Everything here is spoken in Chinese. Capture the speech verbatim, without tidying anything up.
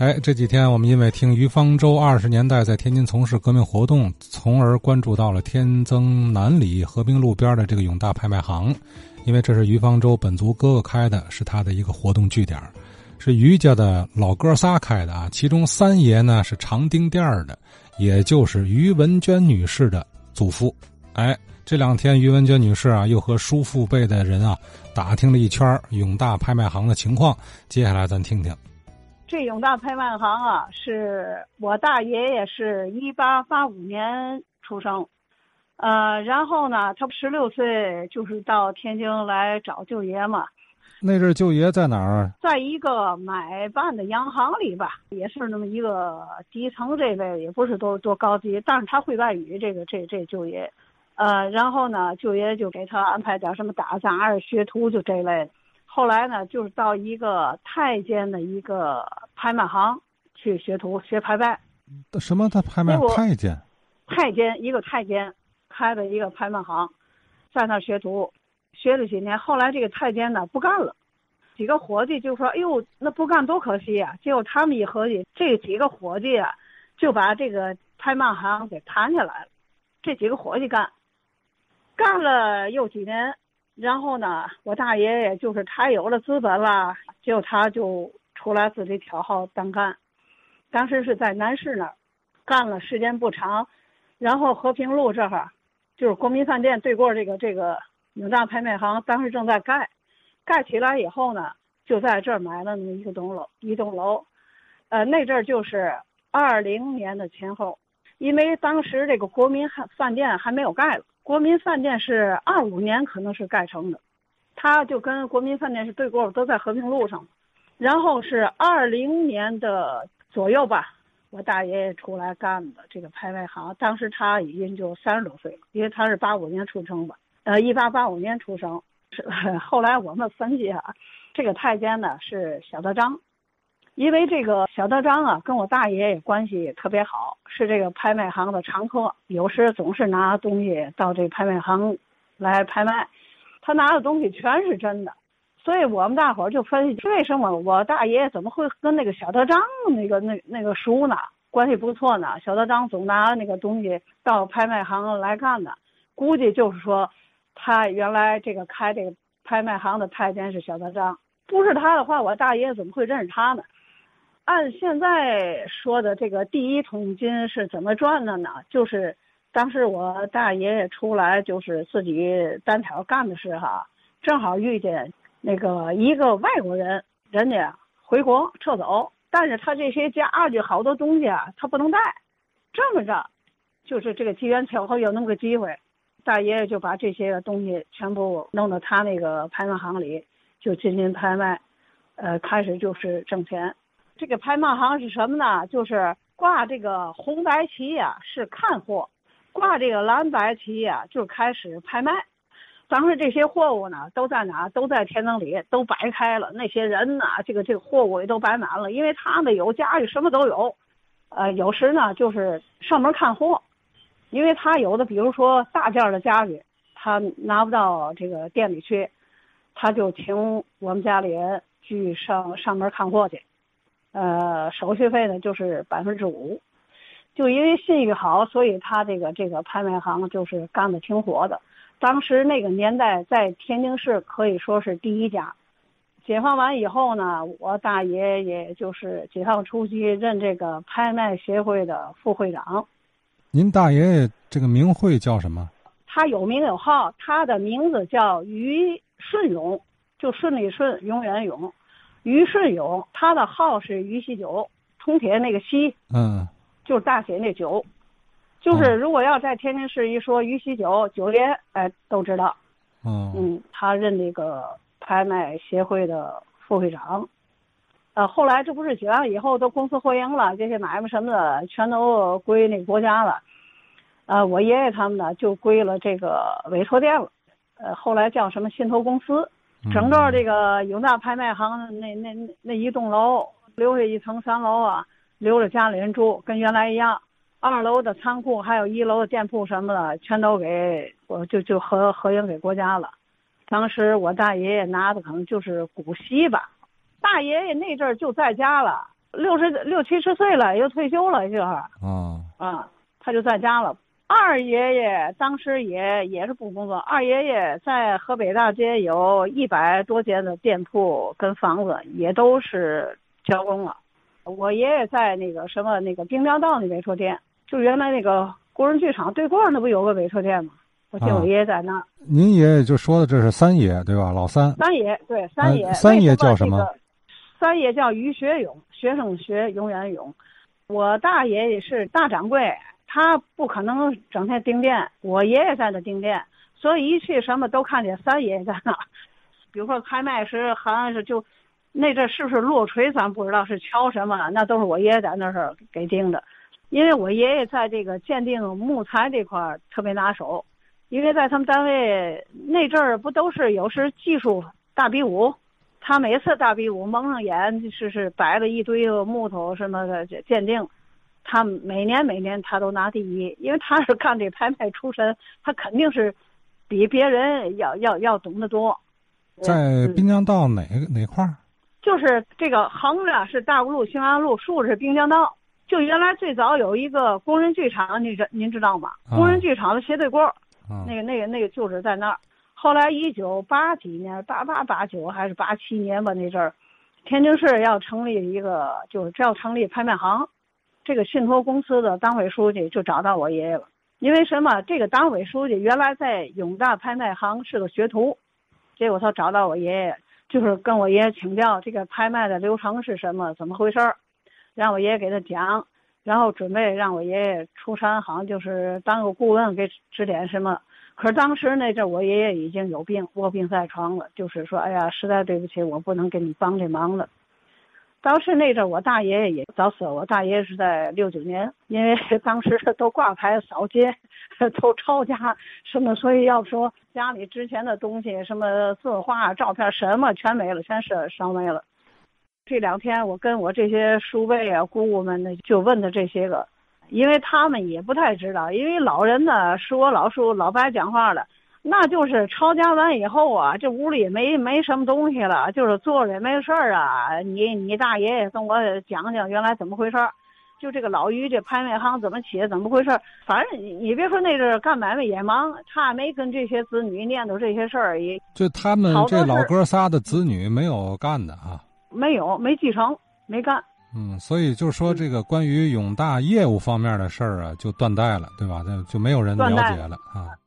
哎，这几天我们因为听于方舟二十年代在天津从事革命活动，从而关注到了天增南里和平路边的这个永大拍卖行，因为这是于方舟本族哥哥开的，是他的一个活动据点，是于家的老哥仨开的啊。其中三爷呢是长丁店的，也就是于文娟女士的祖父。哎，这两天于文娟女士啊又和叔父辈的人啊打听了一圈永大拍卖行的情况，接下来咱听听。 这永大拍卖行啊，是我大爷爷是一八八五年出生，呃，然后呢，他十六岁就是到天津来找舅爷嘛。 那阵舅爷在哪儿？ 在一个买办的洋行里吧，也是那么一个底层这类，也不是多多高级，但是他会外语，这个这这舅爷，呃，然后呢，舅爷就给他安排点什么打杂啊、学徒就这类的。后来呢，就是到一个太监的一个拍卖行去学徒学拍卖。 什么？他拍卖太监？ 太监，一个太监开的一个拍卖行，在那学徒学了几年。后来这个太监呢不干了，几个伙计就说：“哎呦，那不干多可惜啊！”结果他们一合计，这几个伙计啊就把这个拍卖行给谈下来了。这几个伙计干，干了又几年。然后呢，我大爷爷就是他有了资本了，结果他就出来自己挑号单干。当时是在南市那儿干了时间不长，然后和平路这儿就是国民饭店对过这个这个永大拍卖行，当时正在盖，盖起来以后呢，就在这儿买了那么一个栋楼，一栋楼。呃，那阵儿就是二零年的前后，因为当时这个国民饭店还没有盖了。国民饭店是二五年可能是盖成的，他就跟国民饭店是对过，都在和平路上。然后是二零年的左右吧，我大爷爷出来干的这个拍卖行，当时他已经就三十多岁了，因为他是八五年出生吧，呃，一八八五年出生。是后来我们分析啊，这个太监呢是小德张。因为这个小德张啊，跟我大爷爷关系特别好，是这个拍卖行的常客，有时总是拿东西到这拍卖行来拍卖，他拿的东西全是真的，所以我们大伙儿就分析，为什么我大爷爷怎么会跟那个小德张那个那那个叔呢关系不错呢？小德张总拿那个东西到拍卖行来干的，估计就是说，他原来这个开这个拍卖行的太监是小德张，不是他的话，我大爷爷怎么会认识他呢？按现在说的这个第一桶金是怎么赚的呢？就是当时我大爷爷出来就是自己单挑干的时候，正好遇见那个一个外国人，人家回国撤走，但是他这些家具好多东西啊他不能带，这么着就是这个机缘巧合有那么个机会，大爷爷就把这些东西全部弄到他那个拍卖行里，就进行拍卖，呃，开始就是挣钱。这个拍卖行是什么呢？就是挂这个红白旗呀、啊、是看货，挂这个蓝白旗呀、啊、就开始拍卖。当时这些货物呢都在哪？都在天灯里都摆开了，那些人呢这个这个货物也都摆满了，因为他们有家具什么都有。呃，有时呢就是上门看货，因为他有的比如说大件的家具他拿不到这个店里去，他就请我们家里人去上上门看货去。呃，手续费呢就是百分之五，就因为信誉好，所以他这个这个拍卖行就是干的挺火的。当时那个年代在天津市可以说是第一家。解放完以后呢，我大爷也就是解放初期任这个拍卖协会的副会长。 您大爷爷这个名讳叫什么？ 他有名有号，他的名字叫于顺永，就顺利顺，永远永。于顺永，他的号是于锡九，铜铁那个锡，嗯，就是大写那九，就是如果要在天津市一说于锡九九爷，哎，都知道。嗯嗯，他任那个拍卖协会的副会长。呃，后来这不是解放以后都公私合营了，这些买卖什么的全都归那个国家了。呃，我爷爷他们呢就归了这个委托店了，呃，后来叫什么信托公司。整个这个永大拍卖行那那那那一栋楼留下一层三楼啊，留着家里人住，跟原来一样。二楼的仓库还有一楼的店铺什么的，全都给我就就合合营给国家了。当时我大爷爷拿的可能就是股息吧，大爷爷那阵儿就在家了， 六十六七十岁了，又退休了，就是哦啊，他就在家了。二爷爷当时也也是不工作，二爷爷在河北大街有一百多间的店铺跟房子，也都是交工了。我爷爷在那个什么那个滨江道那委托店，就原来那个工人剧场对过那不有个委托店吗？我记得我爷爷在那儿。啊、 您爷爷就说的这是三爷对吧？老三。 三爷对三爷、 呃，三爷叫什么？ 这个、三爷叫于学勇，学生学永远勇。我大爷爷是大掌柜。他不可能整天盯店，我爷爷在那盯店，所以一去什么都看见三爷爷在那。比如说开麦时，好像是就那阵是不是落锤，咱不知道是敲什么，那都是我爷爷在那儿给盯的。因为我爷爷在这个鉴定木材这块特别拿手，因为在他们单位那阵儿不都是有时技术大比武，他每次大比武蒙上眼是是摆了一堆木头什么的鉴定。他每年每年他都拿第一，因为他是干这拍卖出身，他肯定是比别人要要要懂得多。 在滨江道哪个哪块儿？ 就是这个横着是大沽路、兴安路，竖着是滨江道。就原来最早有一个工人剧场，您知您知道吗？啊、工人剧场的斜对过，啊、那个那个那个就是在那儿。后来一九八几年，八八八九还是八七年吧，那阵儿，天津市要成立一个，就是要成立拍卖行。这个信托公司的党委书记就找到我爷爷了，因为什么？这个党委书记原来在永大拍卖行是个学徒，结果他找到我爷爷，就是跟我爷爷请教这个拍卖的流程是什么，怎么回事儿，让我爷爷给他讲，然后准备让我爷爷出山，好像就是当个顾问给指点什么。可是当时那阵我爷爷已经有病，卧病在床了，就是说，哎呀，实在对不起，我不能给你帮这忙了。当时那阵我大爷爷也早死了，我大爷爷是在六九年，因为当时都挂牌扫街，都抄家什么，所以要说家里之前的东西，什么字画、照片什么全没了，全是烧没了。这两天我跟我这些叔辈啊、姑姑们呢，就问的这些个，因为他们也不太知道，因为老人呢是我老叔老白讲话了。那就是抄家完以后啊，这屋里也没没什么东西了，就是坐着也没事儿啊。你你大爷爷跟我讲讲原来怎么回事儿，就这个老于这拍卖行怎么起的，怎么回事儿。反正你你别说那阵干买卖也忙，他没跟这些子女念叨这些事儿，也就他们这老哥仨的子女没有干的啊， 没有没继承没干。 嗯，所以就是说这个关于永大业务方面的事儿啊，就断代了，对吧？就没有人了解了啊。